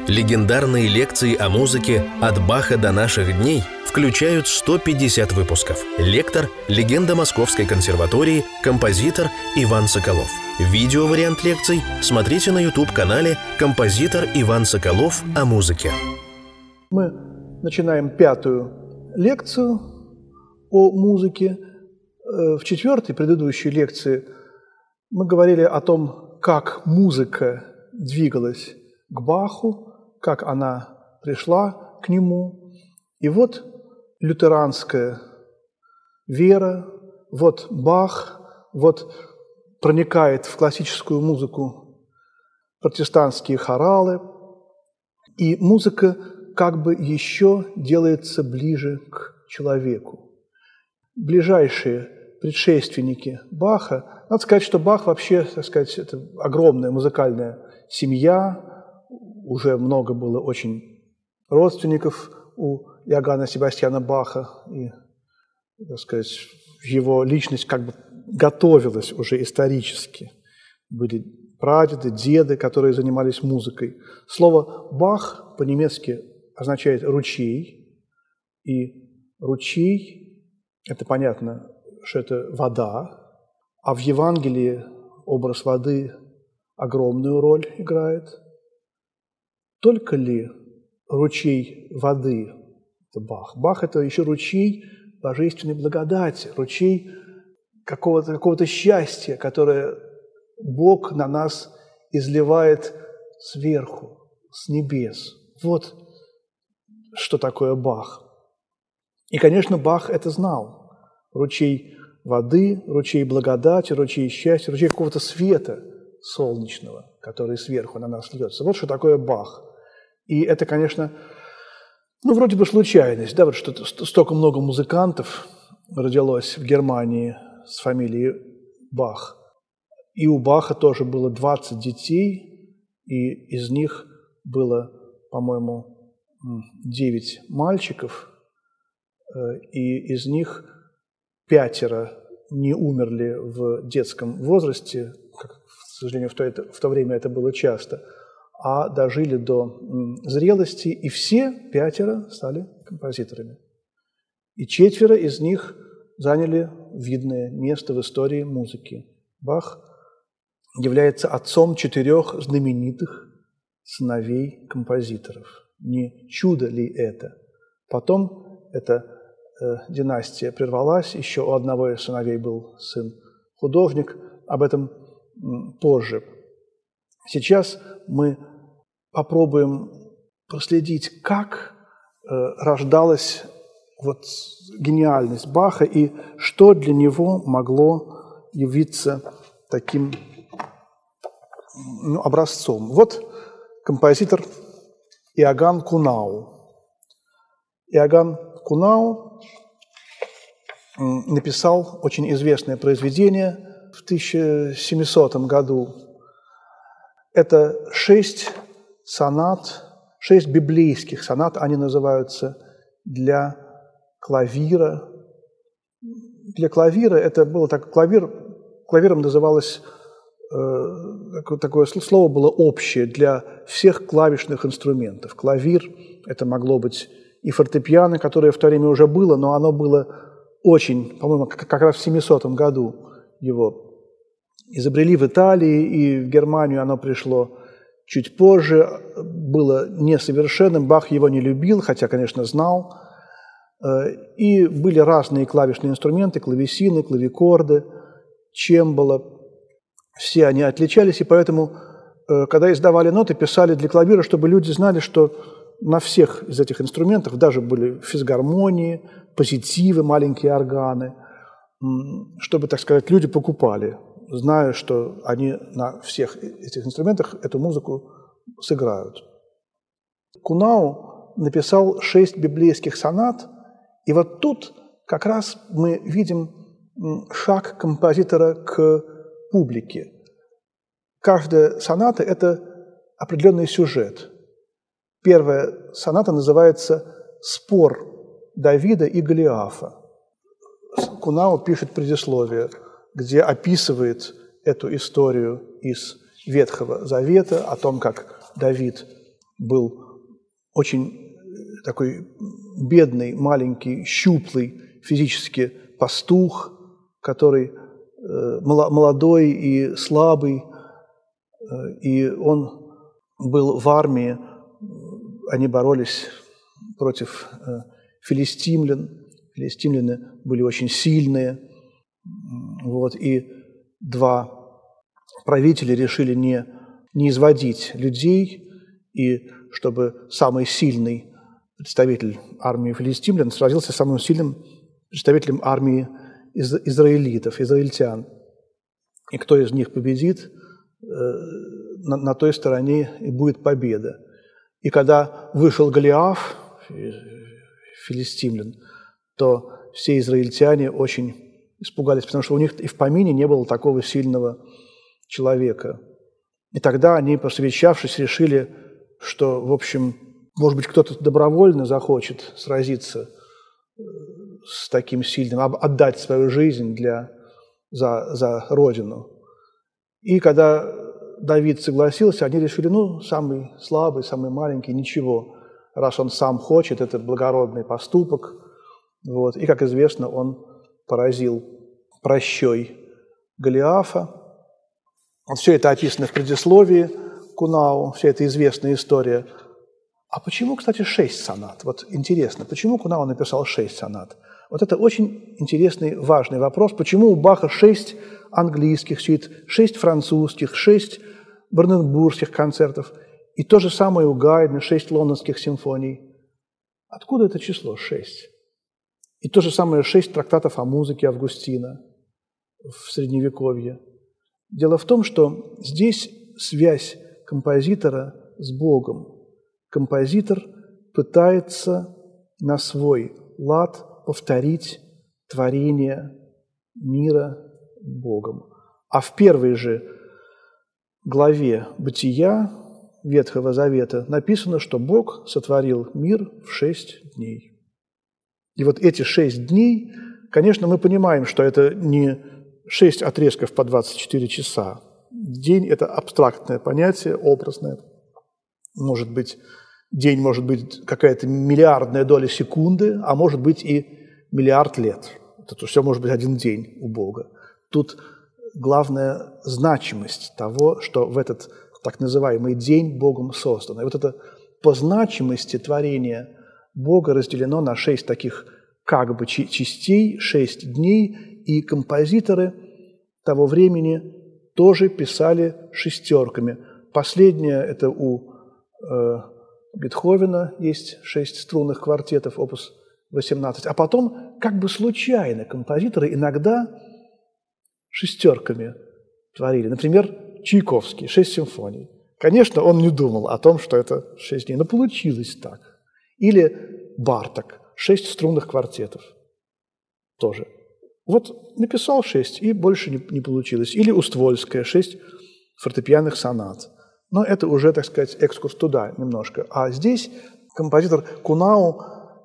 Легендарные лекции о музыке «От Баха до наших дней» включают 150 выпусков. Лектор – легенда Московской консерватории, композитор Иван Соколов. Видеовариант лекций смотрите на YouTube-канале «Композитор Иван Соколов о музыке». Мы начинаем 5-ю лекцию о музыке. В 4-й, предыдущей лекции, мы говорили о том, как музыка двигалась к Баху, как она пришла к нему. И вот лютеранская вера, вот Бах, вот проникает в классическую музыку протестантские хоралы, и музыка как бы еще делается ближе к человеку. Ближайшие предшественники Баха, надо сказать, что Бах вообще, так сказать, это огромная музыкальная семья, уже много было очень родственников у Иоганна Себастьяна Баха, и, так сказать, его личность как бы готовилась уже исторически. Были прадеды, деды, которые занимались музыкой. Слово «Бах» по-немецки означает «ручей», и ручей – это понятно, что это вода, а в Евангелии образ воды огромную роль играет. Только ли ручей воды – это Бах? Бах – это еще ручей божественной благодати, ручей какого-то счастья, которое Бог на нас изливает сверху, с небес. Вот что такое Бах. И, конечно, Бах это знал. Ручей воды, ручей благодати, ручей счастья, ручей какого-то света солнечного, который сверху на нас льется. Вот что такое Бах. И это, конечно, вроде бы случайность, да, вот что столько много музыкантов родилось в Германии с фамилией Бах. И у Баха тоже было 20 детей, и из них было, по-моему, 9 мальчиков, и из них 5 не умерли в детском возрасте, как, к сожалению, в то время это было часто, а дожили до зрелости, и все 5 стали композиторами. И 4 из них заняли видное место в истории музыки. Бах является отцом 4 знаменитых сыновей композиторов. Не чудо ли это? Потом эта династия прервалась, еще у одного из сыновей был сын-художник, об этом позже. Сейчас мы попробуем проследить, как рождалась вот гениальность Баха и что для него могло явиться таким образцом. Вот композитор Иоганн Кунау. Иоганн Кунау написал очень известное произведение в 1700 году. Это 6 сонат, 6 библейских сонат, они называются, для клавира. Для клавира это было так, клавиром называлось, такое слово было общее для всех клавишных инструментов. Клавир – это могло быть и фортепиано, которое в то время уже было, но оно было очень, по-моему, как раз в 700 году его изобрели в Италии, и в Германию оно пришло чуть позже, было несовершенным, Бах его не любил, хотя, конечно, знал. И были разные клавишные инструменты, клавесины, клавикорды, чембало. Все они отличались, и поэтому, когда издавали ноты, писали для клавира, чтобы люди знали, что на всех из этих инструментов даже были физгармонии, позитивы, маленькие органы, чтобы, так сказать, люди покупали, зная, что они на всех этих инструментах эту музыку сыграют. Кунау написал 6 библейских сонат, и вот тут как раз мы видим шаг композитора к публике. Каждая соната – это определенный сюжет. Первая соната называется «Спор Давида и Голиафа». Кунау пишет предисловие, где описывает эту историю из Ветхого Завета о том, как Давид был очень такой бедный, маленький, щуплый физически пастух, который молодой и слабый, и он был в армии, они боролись против филистимлян. Филистимляне были очень сильные, вот, и два правителя решили не изводить людей, и чтобы самый сильный представитель армии филистимлян сразился с самым сильным представителем армии израилитов, израильтян. И кто из них победит, на той стороне и будет победа. И когда вышел Голиаф, филистимлян, то все израильтяне очень испугались, потому что у них и в помине не было такого сильного человека. И тогда они, посовещавшись, решили, что, в общем, может быть, кто-то добровольно захочет сразиться с таким сильным, отдать свою жизнь за Родину. И когда Давид согласился, они решили, самый слабый, самый маленький, ничего, раз он сам хочет, это благородный поступок. Вот. И, как известно, он поразил прощой Голиафа. Все это описано в предисловии к Унау, вся эта известная история. А почему, кстати, 6 сонат? Вот интересно, почему Кунау написал 6 сонат? Вот это очень интересный, важный вопрос. Почему у Баха 6 английских сюит, 6 французских, 6 бранденбургских концертов, и то же самое у Гайдна, 6 лондонских симфоний? Откуда это число 6? И то же самое 6 трактатов о музыке Августина в Средневековье. Дело в том, что здесь связь композитора с Богом. Композитор пытается на свой лад повторить творение мира Богом. А в первой же главе Бытия Ветхого Завета написано, что Бог сотворил мир в 6 дней. И вот эти 6 дней, конечно, мы понимаем, что это не 6 отрезков по 24 часа. День – это абстрактное понятие, образное. Может быть, день может быть какая-то миллиардная доля секунды, а может быть и миллиард лет. Это все может быть один день у Бога. Тут главная значимость того, что в этот так называемый день Богом создан. И вот это по значимости творения Бога разделено на 6 таких как бы частей, 6 дней, и композиторы того времени тоже писали шестерками. Последнее – это у Бетховена есть 6 струнных квартетов, опус 18. А потом, как бы случайно, композиторы иногда шестерками творили. Например, Чайковский, 6 симфоний. Конечно, он не думал о том, что это 6 дней, но получилось так. Или Барток, 6 струнных квартетов тоже. Вот написал 6, и больше не получилось. Или Уствольская, 6 фортепианных сонат. Но это уже, так сказать, экскурс туда немножко. А здесь композитор Кунау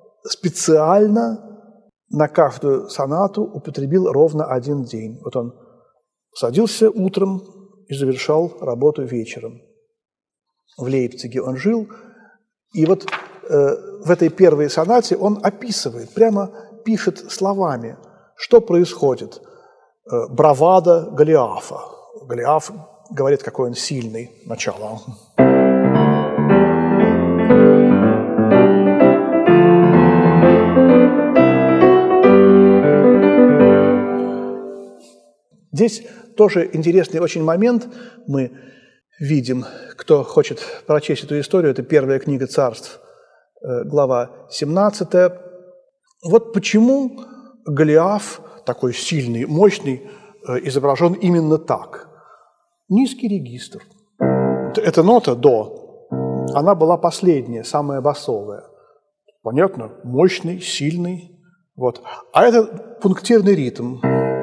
специально на каждую сонату употребил ровно 1 день. Вот он садился утром и завершал работу вечером. В Лейпциге он жил. И вот в этой первой сонате он описывает, прямо пишет словами, что происходит. Бравада Голиафа. Голиаф говорит, какой он сильный. Начало. Здесь тоже интересный очень момент. Мы видим, кто хочет прочесть эту историю, это первая книга Царств, глава 17. Вот почему Голиаф, такой сильный, мощный, изображен именно так. Низкий регистр. Эта нота до, она была последняя, самая басовая. Понятно? Мощный, сильный. Вот. А это пунктирный ритм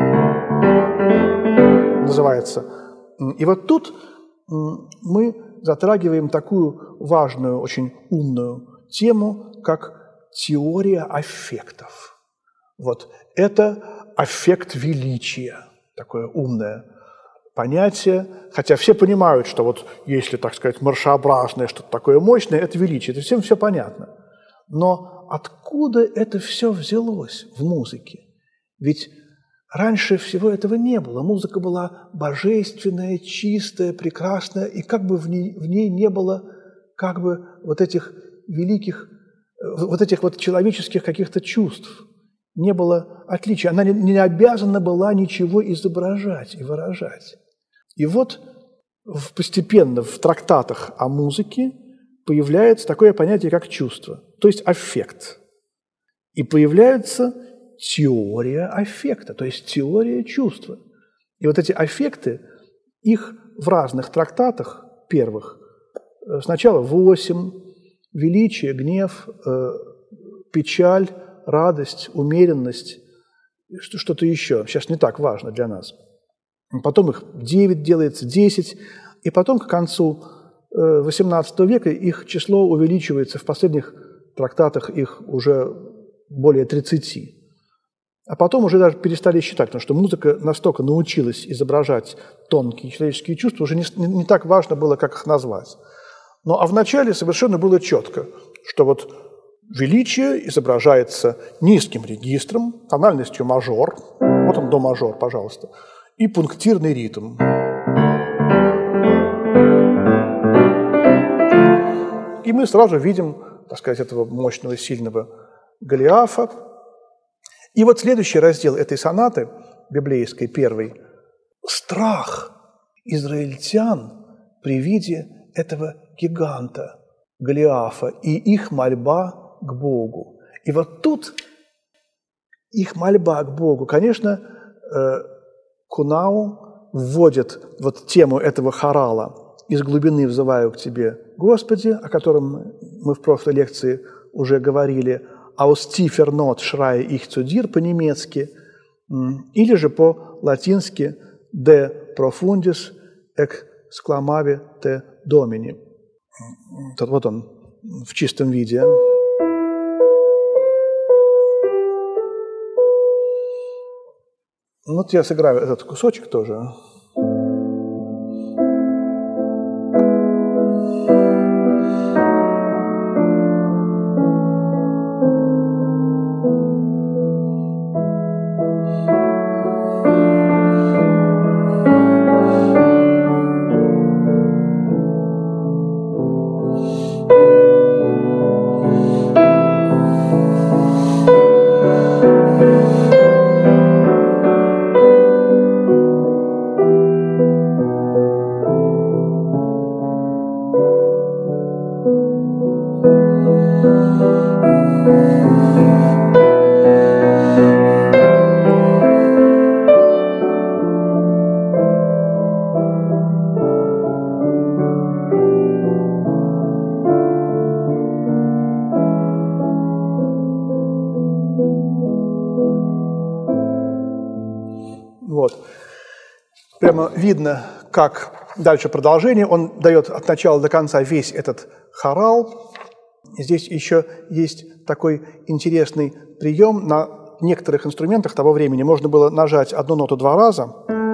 называется. И вот тут мы затрагиваем такую важную, очень умную тему, как теория аффектов. Вот. Это аффект величия, такое умное понятие, хотя все понимают, что вот если, так сказать, маршеобразное, что-то такое мощное, это величие, это всем все понятно. Но откуда это все взялось в музыке? Ведь раньше всего этого не было. Музыка была божественная, чистая, прекрасная, и как бы в ней не было как бы вот этих великих, вот этих вот человеческих каких-то чувств. Не было отличия. Она не обязана была ничего изображать и выражать. И вот постепенно в трактатах о музыке появляется такое понятие, как чувство, то есть аффект. И появляется теория аффекта, то есть теория чувства. И вот эти аффекты, их в разных трактатах первых, сначала 8, величие, гнев, печаль, радость, умеренность, что-то еще. Сейчас не так важно для нас. Потом их 9 делается, 10, и потом к концу XVIII века их число увеличивается, в последних трактатах их уже более 30. А потом уже даже перестали считать, потому что музыка настолько научилась изображать тонкие человеческие чувства, уже не так важно было, как их назвать. А вначале совершенно было четко, что вот величие изображается низким регистром, тональностью мажор, вот он до мажор, пожалуйста, и пунктирный ритм. И мы сразу видим, так сказать, этого мощного, сильного Голиафа. И вот следующий раздел этой сонаты, библейской, первой, страх израильтян при виде этого гиганта Голиафа и их мольба к Богу. И вот тут их мольба к Богу, конечно, Кунау вводит вот тему этого хорала «Из глубины взываю к Тебе, Господи», о котором мы в прошлой лекции уже говорили, «Aus tiefer Not schreie ich zu dir» по-немецки, или же по-латински «De profundis exclamavi te Domini». Вот он в чистом виде. Вот я сыграю этот кусочек тоже. Вот. Прямо видно, как дальше продолжение. Он дает от начала до конца весь этот хорал. Здесь еще есть такой интересный прием. На некоторых инструментах того времени можно было нажать одну ноту 2 раза,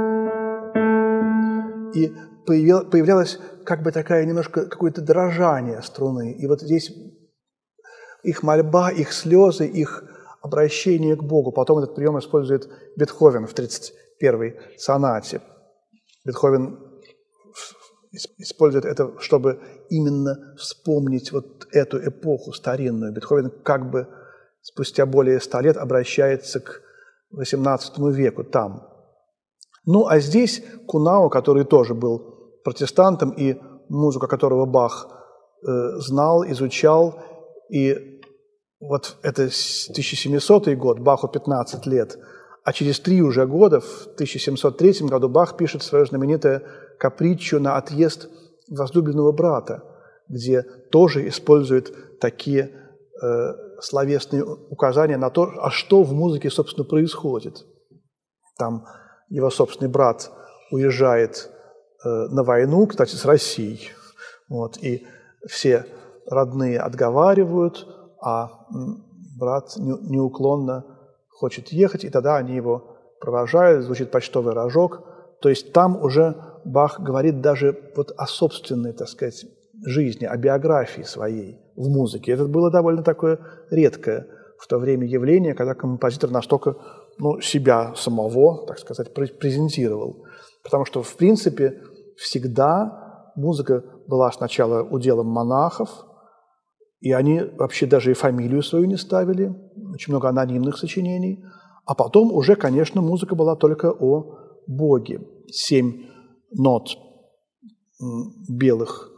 и появлялось как бы такое немножко какое-то дрожание струны. И вот здесь их мольба, их слезы, их обращение к Богу. Потом этот прием использует Бетховен в 31-й сонате. Бетховен использует это, чтобы именно вспомнить вот эту эпоху старинную. Бетховен как бы спустя более 100 лет обращается к XVIII веку там. Ну, а здесь Кунау, который тоже был протестантом и музыку которого Бах знал, изучал, и вот это 1700 год, Баху 15 лет, а через 3 уже года, в 1703 году, Бах пишет свое знаменитое каприччо на отъезд возлюбленного брата, где тоже использует такие словесные указания на то, а что в музыке, собственно, происходит. Там его собственный брат уезжает на войну, кстати, с Россией, вот, и все родные отговаривают, а брат неуклонно хочет ехать, и тогда они его провожают, звучит почтовый рожок, То есть там уже Бах говорит даже вот о собственной, так сказать, жизни, о биографии своей в музыке. Это было довольно такое редкое в то время явление, когда композитор настолько себя самого, так сказать, презентировал. Потому что, в принципе, всегда музыка была сначала уделом монахов, и они вообще даже и фамилию свою не ставили, очень много анонимных сочинений. А потом уже, конечно, музыка была только о Боге. 7 нот белых.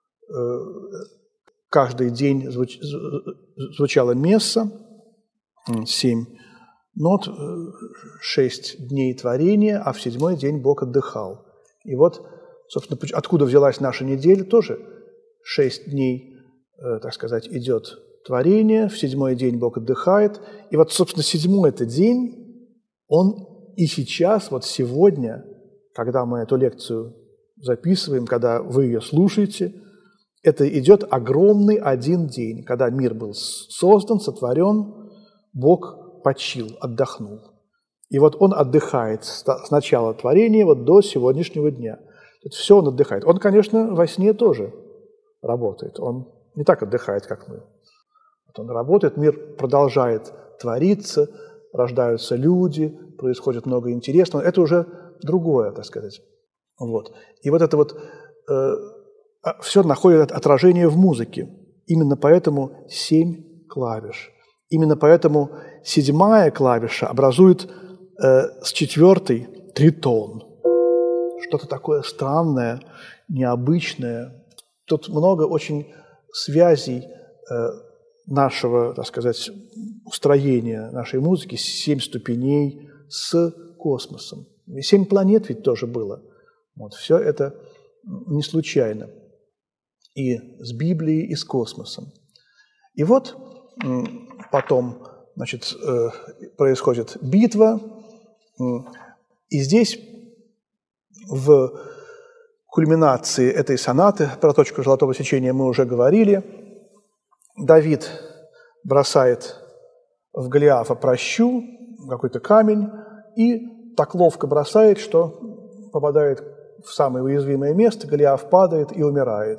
Каждый день звучала месса, 7 нот, 6 дней творения, а в 7-й день Бог отдыхал. И вот, собственно, откуда взялась наша неделя, тоже 6 дней, так сказать, идет творение, в 7-й день Бог отдыхает. И вот, собственно, 7-й это день, он и сейчас, вот сегодня, когда мы эту лекцию записываем, когда вы ее слушаете, это идет огромный один день, когда мир был создан, сотворен, Бог почил, отдохнул. И вот он отдыхает с начала творения вот до сегодняшнего дня. Это все он отдыхает. Он, конечно, во сне тоже работает. Он не так отдыхает, как мы. Вот он работает, мир продолжает твориться, рождаются люди, происходит много интересного. Это уже другое, так сказать. Вот. И вот это вот все находит отражение в музыке. Именно поэтому 7 клавиш. Именно поэтому 7-я клавиша образует с 4-й тритон. Что-то такое странное, необычное. Тут много очень связей нашего, так сказать, устроения нашей музыки, 7 ступеней с космосом. И 7 планет ведь тоже было. Вот, все это не случайно. И с Библией, и с космосом. И вот потом, значит, происходит битва, и здесь в кульминации этой сонаты, про точку золотого сечения мы уже говорили, Давид бросает в Голиафа прощу, какой-то камень, и так ловко бросает, что попадает в самое уязвимое место, Голиаф падает и умирает.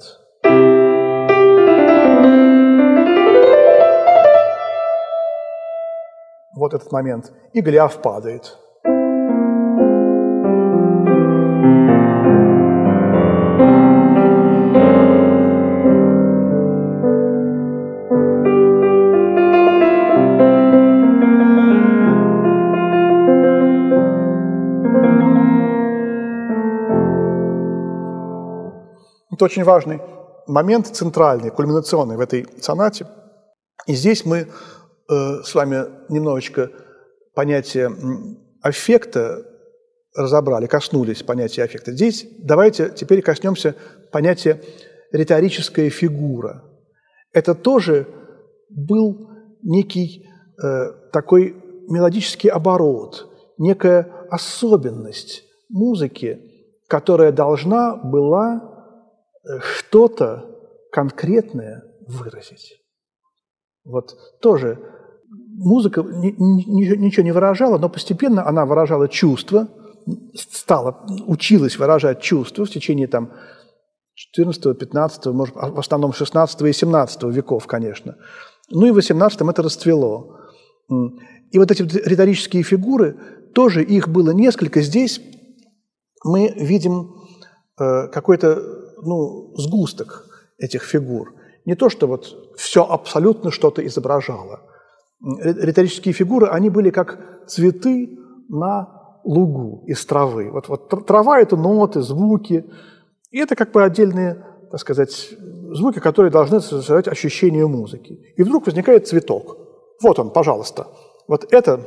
Вот этот момент. И Голиаф падает. Это очень важный момент, центральный, кульминационный в этой сонате. И здесь мы с вами немножечко понятие аффекта разобрали, коснулись понятия аффекта. Здесь давайте теперь коснемся понятия риторическая фигура. Это тоже был некий такой мелодический оборот, некая особенность музыки, которая должна была что-то конкретное выразить. Вот тоже музыка ничего не выражала, но постепенно она выражала чувства, училась выражать чувства в течение там 14, 15, может, в основном 16 и 17 веков, конечно. Ну и в 18 это расцвело. И вот эти риторические фигуры, тоже их было несколько. Здесь мы видим какой-то сгусток этих фигур. Не то, что вот все абсолютно что-то изображало. Риторические фигуры, они были как цветы на лугу из травы. Вот трава – это ноты, звуки. И это как бы отдельные, так сказать, звуки, которые должны создавать ощущение музыки. И вдруг возникает цветок. Вот он, пожалуйста. Вот это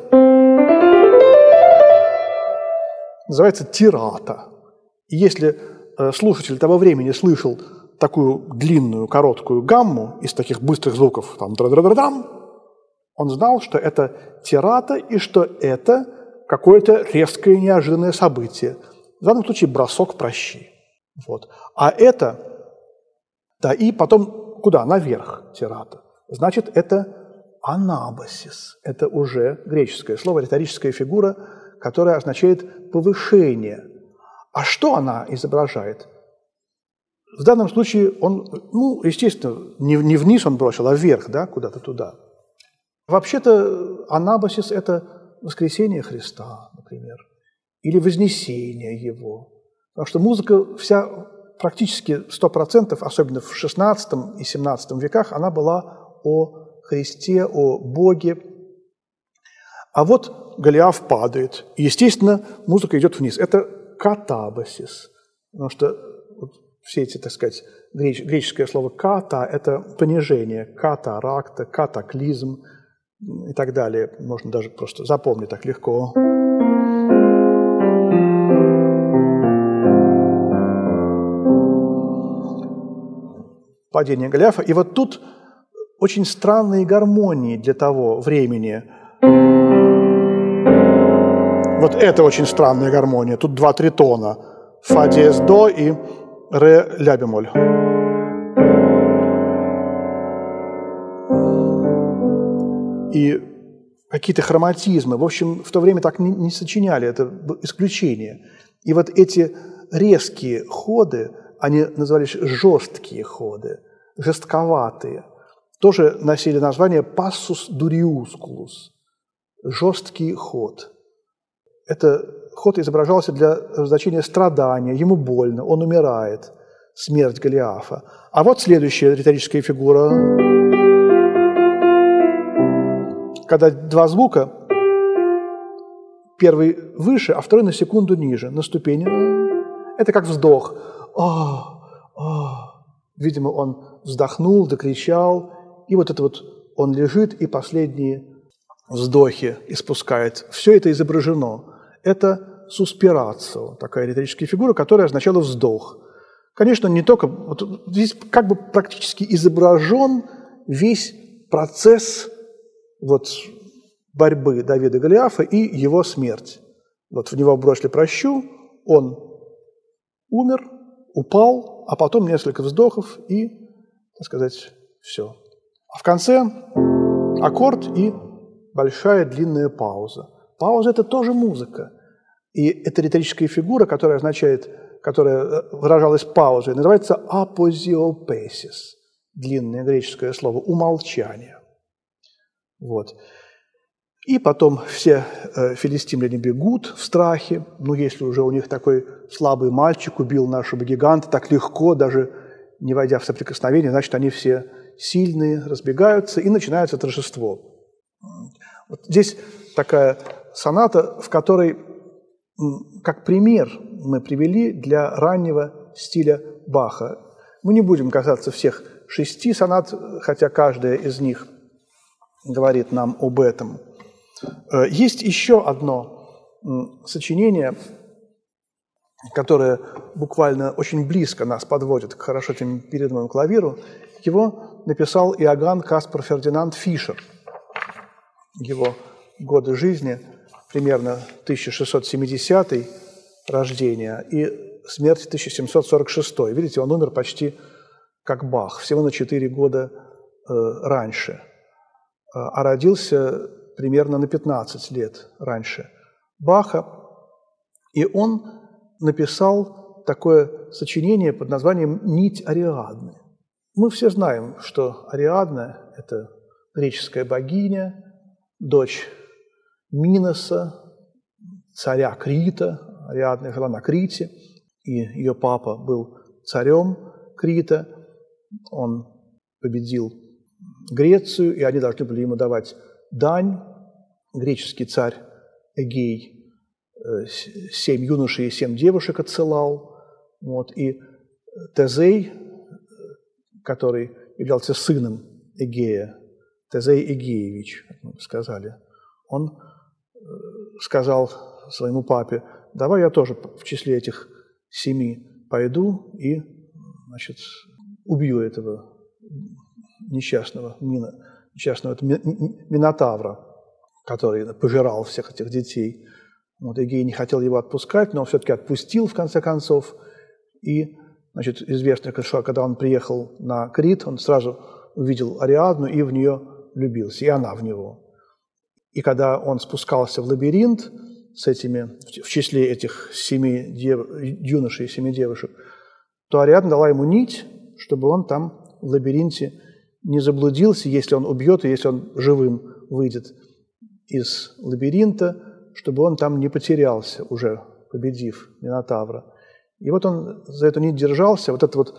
называется тирата. И если слушатель того времени слышал такую длинную, короткую гамму из таких быстрых звуков, там, дра-дра-дра-дам, он знал, что это тирата и что это какое-то резкое, неожиданное событие. В данном случае бросок прощи. Вот. А это, да, и потом куда? Наверх тирата. Значит, это анабасис. Это уже греческое слово, риторическая фигура, которая означает повышение. А что она изображает? В данном случае он, естественно, не вниз он бросил, а вверх, да, куда-то туда. Вообще-то анабасис – это воскресение Христа, например, или вознесение Его. Потому что музыка вся практически 100%, особенно в XVI и XVII веках, она была о Христе, о Боге. А вот Голиаф падает. И, естественно, музыка идет вниз. Это катабасис. Потому что все эти, так сказать, греческое слово «ката» – это понижение, катаракта, катаклизм и так далее. Можно даже просто запомнить так легко. Падение Голиафа. И вот тут очень странные гармонии для того времени. Вот это очень странная гармония. Тут два тритона. Фа диез до и ре ля бемоль. И какие-то хроматизмы. В общем, в то время так не сочиняли, это исключение. И вот эти резкие ходы, они назывались жесткие ходы, жестковатые, тоже носили название passus duriusculus, жесткий ход. Это ход изображался для значения страдания, ему больно, он умирает, смерть Голиафа. А вот следующая риторическая фигура. Когда два звука, первый выше, а второй на секунду ниже, на ступени. Это как вздох. Видимо, он вздохнул, докричал, и вот это вот он лежит и последние вздохи испускает. Все это изображено. Это суспирацио, такая риторическая фигура, которая означала вздох. Конечно, не только... Вот здесь как бы практически изображен весь процесс борьбы Давида и Голиафа и его смерть. Вот в него бросили прощу, он умер, упал, а потом несколько вздохов и, так сказать, все. А в конце аккорд и большая длинная пауза. Пауза – это тоже музыка. И эта риторическая фигура, которая выражалась паузой, называется апозиопесис. Длинное греческое слово – умолчание. Вот. И потом все филистимляне бегут в страхе. Если уже у них такой слабый мальчик убил нашего гиганта так легко, даже не войдя в соприкосновение, значит, они все сильные, разбегаются, и начинается торжество. Вот здесь такая соната, в которой, как пример, мы привели для раннего стиля Баха. Мы не будем касаться всех 6 сонат, хотя каждая из них говорит нам об этом. Есть еще одно сочинение, которое буквально очень близко нас подводит к хорошо темперированному клавиру. Его написал Иоганн Каспар Фердинанд Фишер. Его годы жизни примерно 1670 рождения и смерть 1746. Видите, он умер почти как Бах, всего на 4 года раньше, а родился примерно на 15 лет раньше Баха. И он написал такое сочинение под названием «Нить Ариадны». Мы все знаем, что Ариадна – это греческая богиня, дочь Миноса, царя Крита. Ариадна жила на Крите, и ее папа был царем Крита. Он победил Грецию, и они должны были ему давать дань. Греческий царь Эгей 7 юношей и 7 девушек отсылал. И Тезей, который являлся сыном Эгея, Тезей Эгеевич, как мы сказали, он сказал своему папе: давай я тоже в числе этих 7 пойду и, убью этого несчастного Минотавра, который пожирал всех этих детей. Эгей не хотел его отпускать, но он все-таки отпустил в конце концов. И, известно, что когда он приехал на Крит, он сразу увидел Ариадну и в нее влюбился, и она в него. И когда он спускался в лабиринт с этими, в числе этих 7 юношей и 7 девушек, то Ариадна дала ему нить, чтобы он там в лабиринте не заблудился, если он убьет, и если он живым выйдет из лабиринта, чтобы он там не потерялся, уже победив Минотавра. И вот он за эту нить держался, вот это вот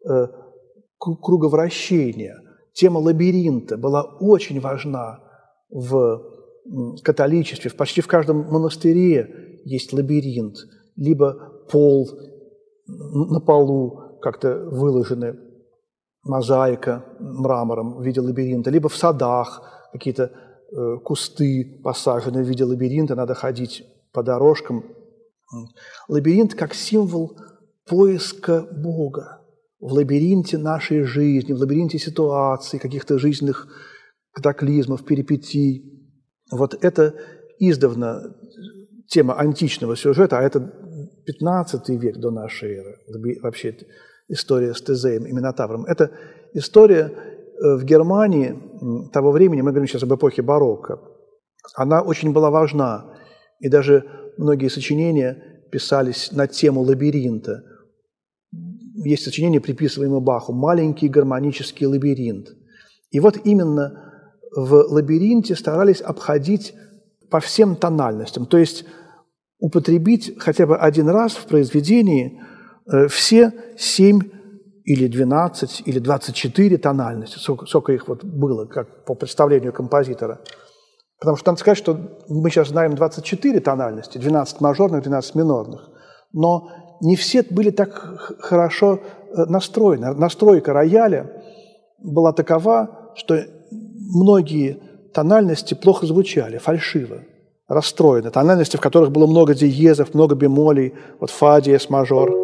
круговращение, тема лабиринта была очень важна в католичестве. Почти в каждом монастыре есть лабиринт, либо пол, на полу как-то выложены мозаика мрамором в виде лабиринта, либо в садах какие-то кусты посажены в виде лабиринта, надо ходить по дорожкам. Лабиринт как символ поиска Бога в лабиринте нашей жизни, в лабиринте ситуаций, каких-то жизненных катаклизмов, перипетий. Вот это издавна тема античного сюжета, а это 15 век до нашей эры, вообще история с Тезеем и Минотавром. Это история в Германии того времени, мы говорим сейчас об эпохе барокко, она очень была важна, и даже многие сочинения писались на тему лабиринта. Есть сочинение, приписываемое Баху, «Маленький гармонический лабиринт». И вот именно в лабиринте старались обходить по всем тональностям, то есть употребить хотя бы один раз в произведении все 7 или 12 или 24 тональности, сколько их вот было, как по представлению композитора. Потому что надо сказать, что мы сейчас знаем 24 тональности, 12 мажорных, 12 минорных, но не все были так хорошо настроены. Настройка рояля была такова, что многие тональности плохо звучали, фальшиво, расстроены. Тональности, в которых было много диезов, много бемолей, вот фа диез мажор,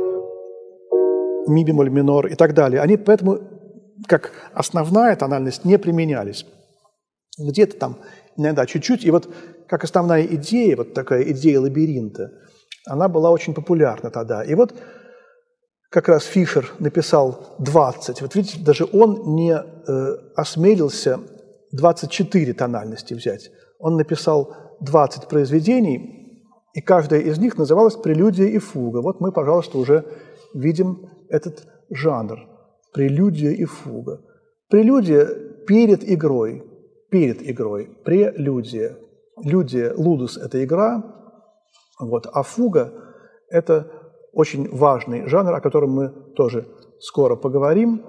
ми бемоль минор и так далее. Они поэтому, как основная тональность, не применялись. Где-то там иногда чуть-чуть. И вот как основная идея, вот такая идея лабиринта, она была очень популярна тогда. И вот как раз Фишер написал 20. Вот видите, даже он не осмелился 24 тональности взять. Он написал 20 произведений, и каждая из них называлась «Прелюдия и фуга». Вот мы, пожалуйста, уже видим этот жанр – прелюдия и фуга. Прелюдия перед игрой, прелюдия. Людия, лудус – это игра, вот, а фуга – это очень важный жанр, о котором мы тоже скоро поговорим.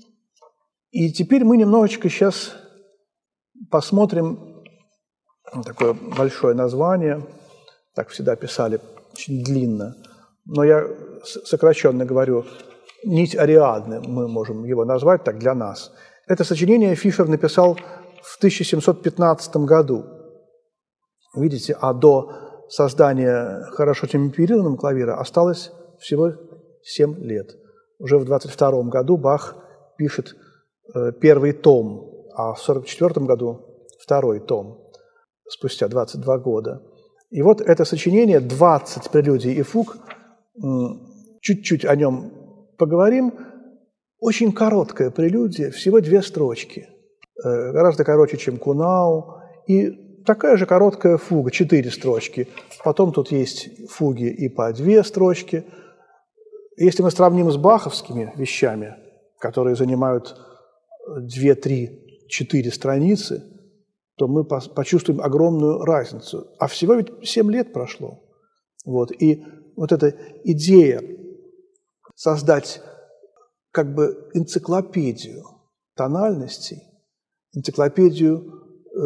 И теперь мы немножечко сейчас посмотрим такое большое название, так всегда писали, очень длинно, но я сокращенно говорю, «Нить Ариадны», мы можем его назвать так для нас. Это сочинение Фишер написал в 1715 году. Видите, а до создания хорошо темперированного клавира осталось всего 7 лет. Уже в 22 году Бах пишет первый том, а в 44 году второй том, спустя 22 года. И вот это сочинение, 20 прелюдий и фуг, чуть-чуть о нем поговорим. Очень короткая прелюдия, всего 2 строчки, гораздо короче, чем Кунау, и такая же короткая фуга, 4 строчки. Потом тут есть фуги и по 2 строчки. Если мы сравним с баховскими вещами, которые занимают 2, 3, 4 страницы, то мы почувствуем огромную разницу. А всего ведь 7 лет прошло. Вот. И вот эта идея создать как бы энциклопедию тональностей, энциклопедию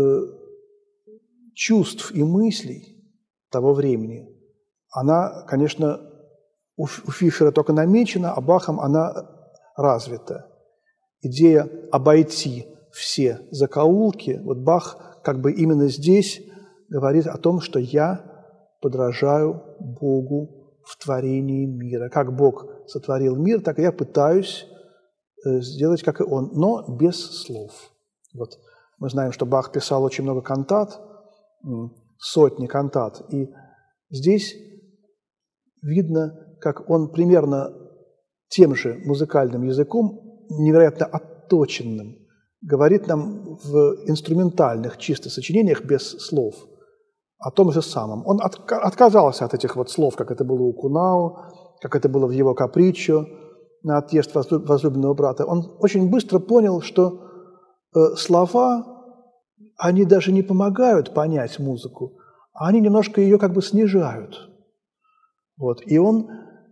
чувств и мыслей того времени, она, конечно, у Фишера только намечена, а Бахом она развита. Идея обойти все закоулки, вот Бах как бы именно здесь говорит о том, что я подражаю Богу в творении мира. Как Бог сотворил мир, так и я пытаюсь сделать, как и Он, но без слов. Вот мы знаем, что Бах писал очень много кантат, сотни кантат, и здесь видно, как он примерно тем же музыкальным языком, невероятно отточенным, говорит нам в инструментальных чисто сочинениях без слов. о том же самом. Он отказался от этих вот слов, как это было у Кунау, как это было в его «Каприччо» на отъезд возлюбленного брата. Он очень быстро понял, что слова, они даже не помогают понять музыку, а они немножко ее как бы снижают. Вот. И он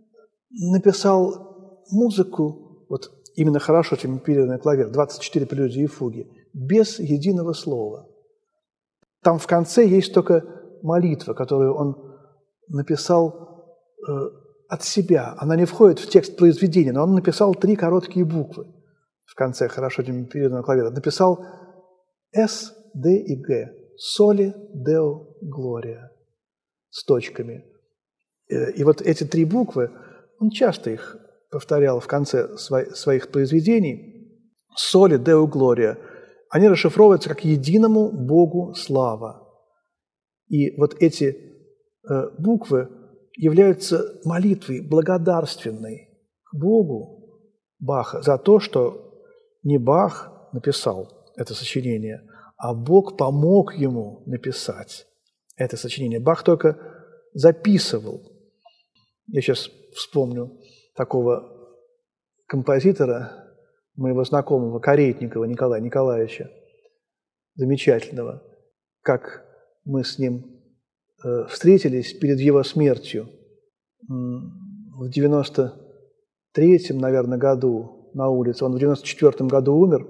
написал музыку, вот именно хорошо темперированный клавир, 24 прелюдии и фуги, без единого слова. Там в конце есть только молитва, которую он написал от себя. Она не входит в текст произведения, но он написал 3 короткие буквы в конце хорошо темперированного клавира. Написал «С», «Д» и «Г». «Соли Део Глория» с точками. И вот эти 3 буквы, он часто их повторял в конце своих произведений. «Соли Део Глория». Они расшифровываются как «Единому Богу слава». И вот эти буквы являются молитвой благодарственной к Богу Баха за то, что не Бах написал это сочинение, а Бог помог ему написать это сочинение. Бах только записывал. Я сейчас вспомню такого композитора, моего знакомого Каретникова Николая Николаевича, замечательного, как мы с ним встретились перед его смертью в 93-м, наверное, году на улице. Он в 94-м году умер.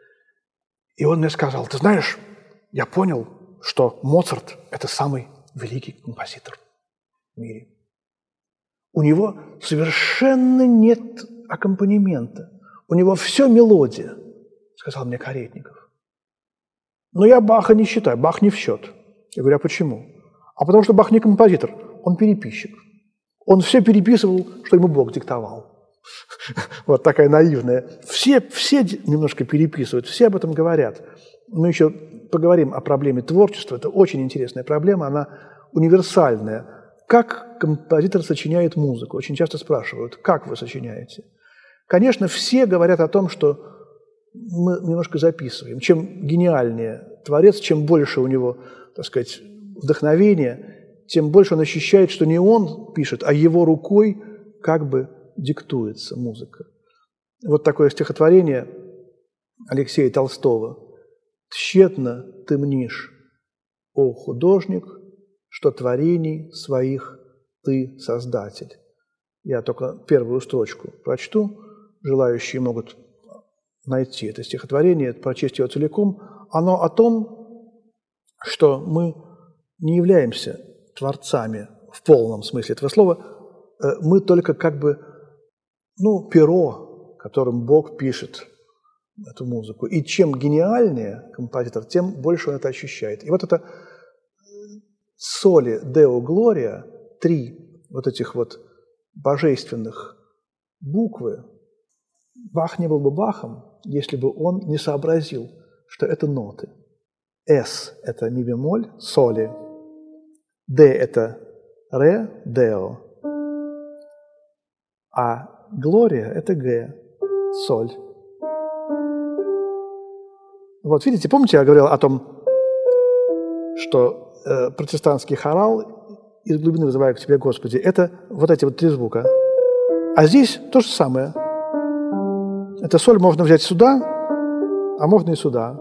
И он мне сказал: ты знаешь, я понял, что Моцарт – это самый великий композитор в мире. У него совершенно нет аккомпанемента. У него все мелодия, сказал мне Каретников. Но я Баха не считаю, Бах не в счет. Я говорю: а почему? А потому что Бах не композитор, он переписчик. Он все переписывал, что ему Бог диктовал. Вот такая наивная. Все немножко переписывают, все об этом говорят. Мы еще поговорим о проблеме творчества. Это очень интересная проблема, она универсальная. Как композитор сочиняет музыку? Очень часто спрашивают: как вы сочиняете? Конечно, все говорят о том, что мы немножко записываем. Чем гениальнее творец, чем больше у него, так сказать, вдохновения, тем больше он ощущает, что не он пишет, а его рукой как бы диктуется музыка. Вот такое стихотворение Алексея Толстого. «Тщетно ты мнишь, о художник, что творений своих ты создатель». Я только первую строчку прочту. Желающие могут найти это стихотворение, прочесть его целиком. Оно о том, что мы не являемся творцами в полном смысле этого слова. Мы только как бы, перо, которым Бог пишет эту музыку. И чем гениальнее композитор, тем больше он это ощущает. И вот это «Соли Део Глория», 3 вот этих вот божественных буквы, Бах не был бы Бахом, если бы он не сообразил, что это ноты. «С» – это ми бемоль, соли. «Д» – это ре, део. А «Глория» – это г, соль. Вот видите, помните, я говорил о том, что протестантский хорал «Из глубины вызываю к тебе, Господи» – это вот эти вот 3 звука. А здесь то же самое. Это соль можно взять сюда, а можно и сюда.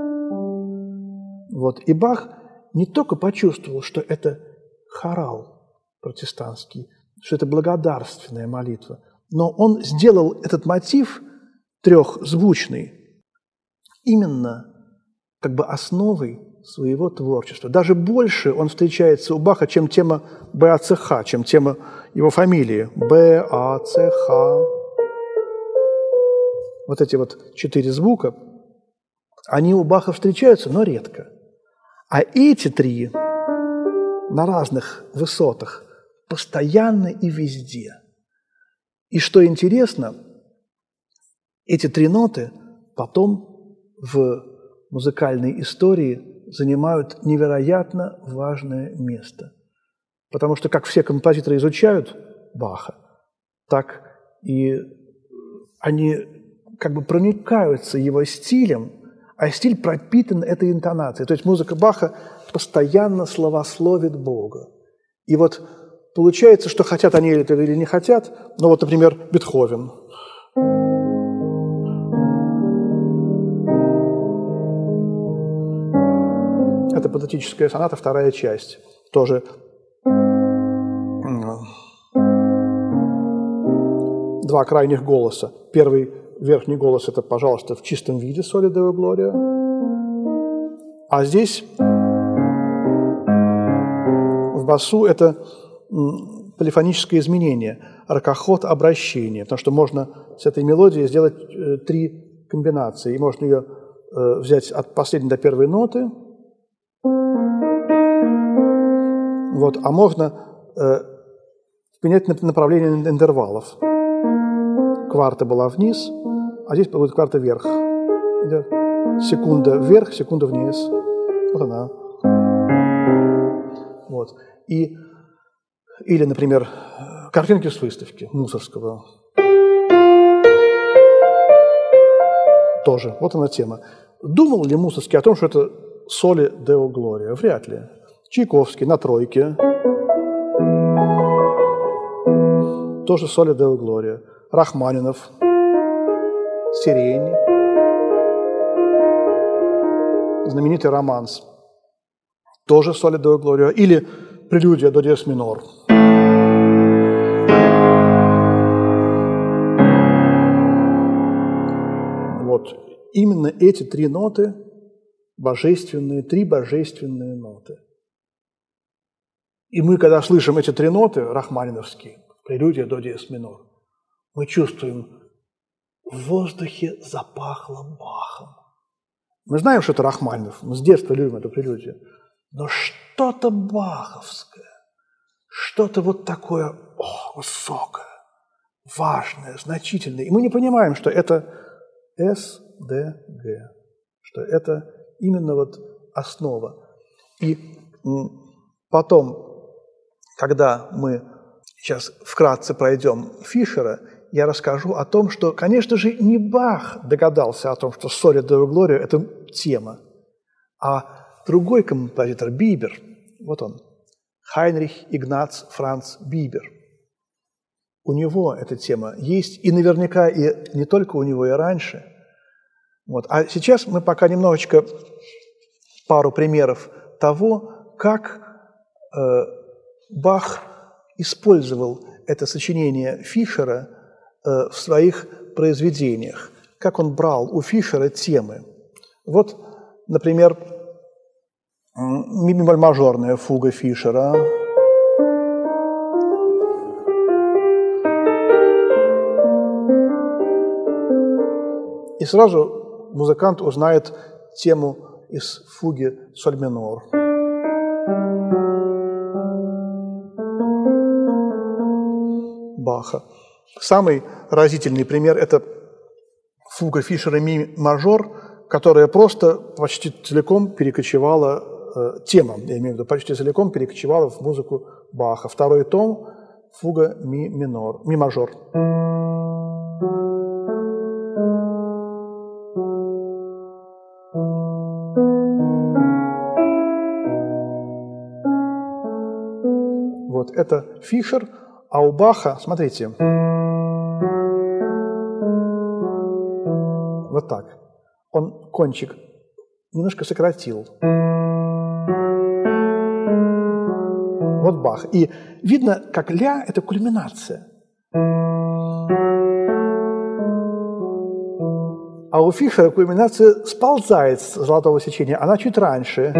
Вот. И Бах не только почувствовал, что это хорал протестантский, что это благодарственная молитва, но он сделал этот мотив трехзвучный именно как бы основой своего творчества. Даже больше он встречается у Баха, чем тема БАЦХ, чем тема его фамилии. БАЦХ. Вот эти вот 4 звука, они у Баха встречаются, но редко. А эти 3 на разных высотах постоянно и везде. И что интересно, эти 3 ноты потом в музыкальной истории занимают невероятно важное место. Потому что как все композиторы изучают Баха, так и они как бы проникаются его стилем, а стиль пропитан этой интонацией. То есть музыка Баха постоянно славословит Бога. И вот получается, что хотят они это или не хотят, ну вот, например, Бетховен. Это патетическая соната, вторая часть. Тоже два крайних голоса. Первый верхний голос – это, пожалуйста, в чистом виде «Соли Део Глория». А здесь в басу это полифоническое изменение, ракоход обращение, потому что можно с этой мелодией сделать 3 комбинации. И можно ее взять от последней до первой ноты, вот, а можно менять направление интервалов. Кварта была вниз, а здесь будет кварта вверх. Идет секунда вверх, секунда вниз. Вот она. Вот. Или, например, картинки с выставки Мусорского. Тоже. Вот она тема. Думал ли Мусорский о том, что это «Соли Део Глория»? Вряд ли. Чайковский на тройке. Тоже «Соли Део Глория». Рахманинов. Сирень. Знаменитый романс. Тоже «Соли Део Глория». Или прелюдия до диез минор. Вот именно эти 3 ноты божественные, 3 божественные ноты. И мы, когда слышим эти 3 ноты, рахманиновские, прелюдия до диез минор, мы чувствуем, в воздухе запахло Бахом. Мы знаем, что это Рахманинов, мы с детства любим эту прелюдию, но что-то баховское, что-то вот такое высокое, важное, значительное. И мы не понимаем, что это СДГ, что это именно вот основа. И потом, когда мы сейчас вкратце пройдем Фишера, я расскажу о том, что, конечно же, не Бах догадался о том, что «Соли Део Глория» – это тема, а другой композитор Бибер, вот он, Хайнрих Игнац Франц Бибер. У него эта тема есть, и наверняка и не только у него, и раньше. Вот. А сейчас мы пока немножечко пару примеров того, как Бах использовал это сочинение Фишера в своих произведениях, как он брал у Фишера темы. Вот, например, ми-бемоль-мажорная фуга Фишера. И сразу музыкант узнает тему из фуги соль минор. Баха. Самый разительный пример – это фуга Фишера ми-мажор, которая просто почти целиком перекочевала, тема, я имею в виду, почти целиком перекочевала в музыку Баха. Второй том – фуга ми-мажор. Вот это Фишер, а у Баха, смотрите, вот так. Он кончик немножко сократил. Вот Бах. И видно, как ля – это кульминация. А у Фишера кульминация сползает с золотого сечения, она чуть раньше.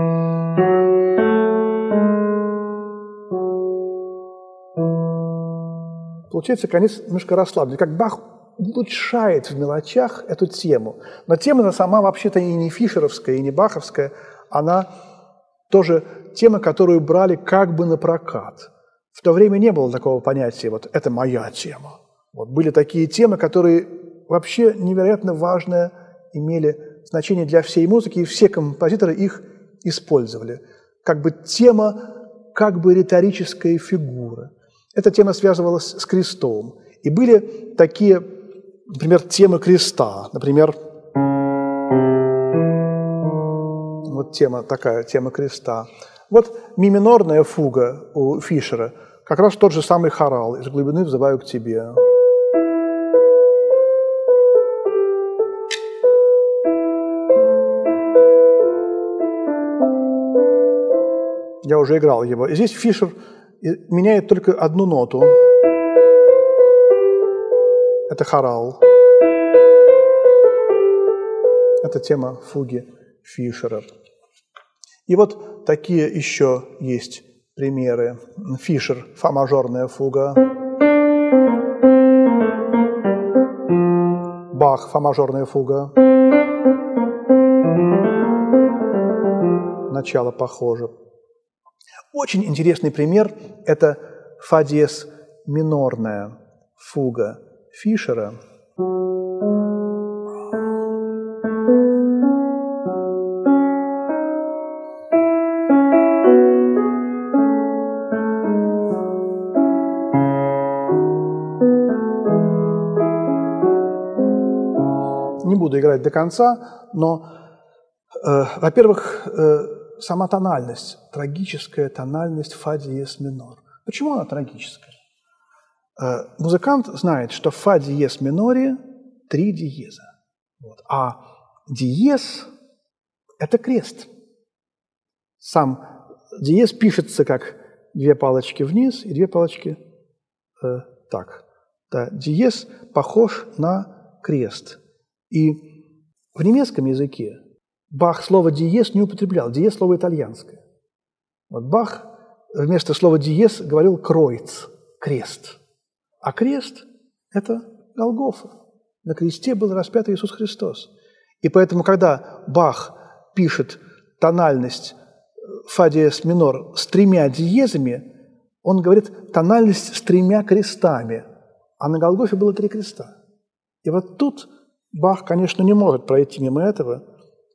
Получается конец немножко расслаблен. Как Бах улучшает в мелочах эту тему. Но тема сама вообще-то и не фишеровская, и не баховская. Она тоже тема, которую брали как бы на прокат. В то время не было такого понятия, вот это моя тема. Вот были такие темы, которые вообще невероятно важное имели значение для всей музыки, и все композиторы их использовали. Как бы тема, как бы риторическая фигура. Эта тема связывалась с крестом. И были такие, например, темы креста. Например, вот тема такая, тема креста. Вот ми минорная фуга у Фишера, как раз тот же самый хорал «Из глубины взываю к тебе». Я уже играл его. И здесь Фишер меняет только одну ноту. Это хорал. Это тема фуги Фишера. И вот такие еще есть примеры. Фишер, фа-мажорная фуга. Бах, фа-мажорная фуга. Начало похоже. Очень интересный пример – это фа диез минорная фуга Фишера. Не буду играть до конца, но, во-первых, сама тональность, трагическая тональность фа диез минор. Почему она трагическая? Музыкант знает, что в фа диез миноре 3 диеза, вот, а диез – это крест. Сам диез пишется как 2 палочки вниз и 2 палочки так. Да, диез похож на крест. И в немецком языке Бах слово «диез» не употреблял. Диез – слово итальянское. Вот Бах вместо слова «диез» говорил «кройц» – «крест». А крест – это Голгофа. На кресте был распят Иисус Христос. И поэтому, когда Бах пишет тональность фа диез минор с 3 диезами, он говорит тональность с 3 крестами. А на Голгофе было 3 креста. И вот тут Бах, конечно, не может пройти мимо этого.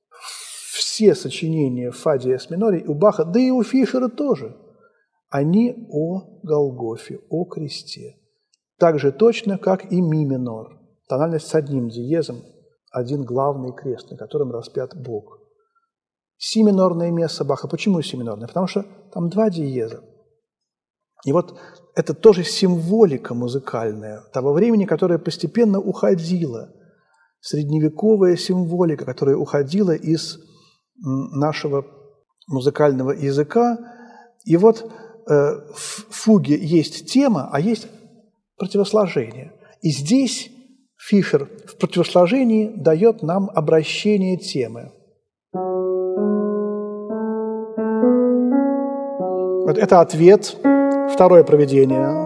Все сочинения в фа диез миноре у Баха, да и у Фишера тоже, они о Голгофе, о кресте. Так же точно, как и ми минор. Тональность с 1 диезом, 1 главный крест, на котором распят Бог. Си минорное место Баха. Почему си минорное? Потому что там 2 диеза. И вот это тоже символика музыкальная того времени, которая постепенно уходила. Средневековая символика, которая уходила из нашего музыкального языка. И вот в фуге есть тема, а есть противосложение. И здесь Фишер в противосложении дает нам обращение темы. Вот это ответ, второе проведение.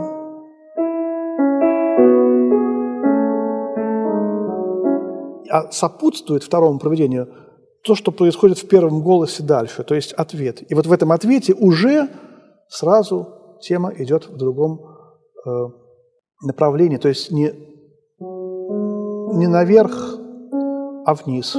А сопутствует второму проведению то, что происходит в первом голосе дальше, то есть ответ. И вот в этом ответе уже сразу тема идет в другом направлении, то есть не наверх, а вниз.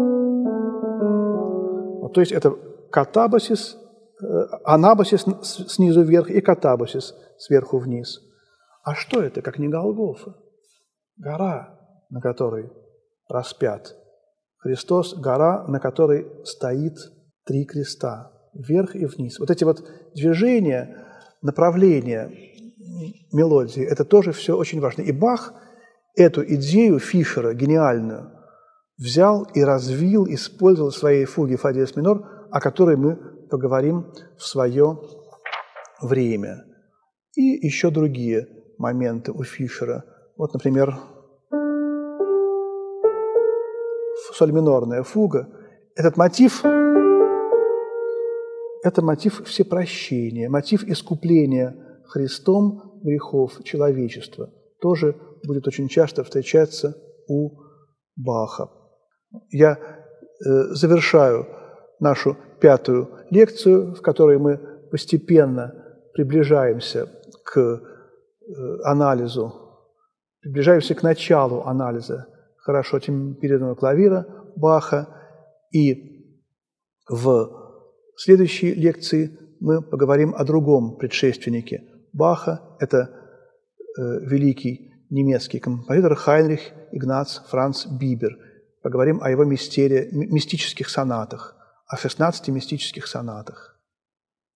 Вот, то есть это катабасис, анабасис снизу вверх и катабасис сверху вниз. А что это, как не Голгофа? Гора, на которой распят Христос, гора, на которой стоит 3 креста, вверх и вниз. Вот эти вот движения, направления мелодии, это тоже все очень важно. И Бах эту идею Фишера, гениальную, взял и развил, использовал в своей фуге фа диез минор, о которой мы поговорим в свое время. И еще другие моменты у Фишера. Вот, например, соль минорная фуга. Этот мотив – это мотив всепрощения, мотив искупления Христом грехов человечества. Тоже будет очень часто встречаться у Баха. Я завершаю нашу 5-ю лекцию, в которой мы постепенно приближаемся к анализу, приближаемся к началу анализа хорошо темперированного клавира Баха. И в следующей лекции мы поговорим о другом предшественнике Баха. Это великий немецкий композитор Хайнрих Игнац Франц Бибер. Поговорим о его мистических сонатах, о 16 мистических сонатах.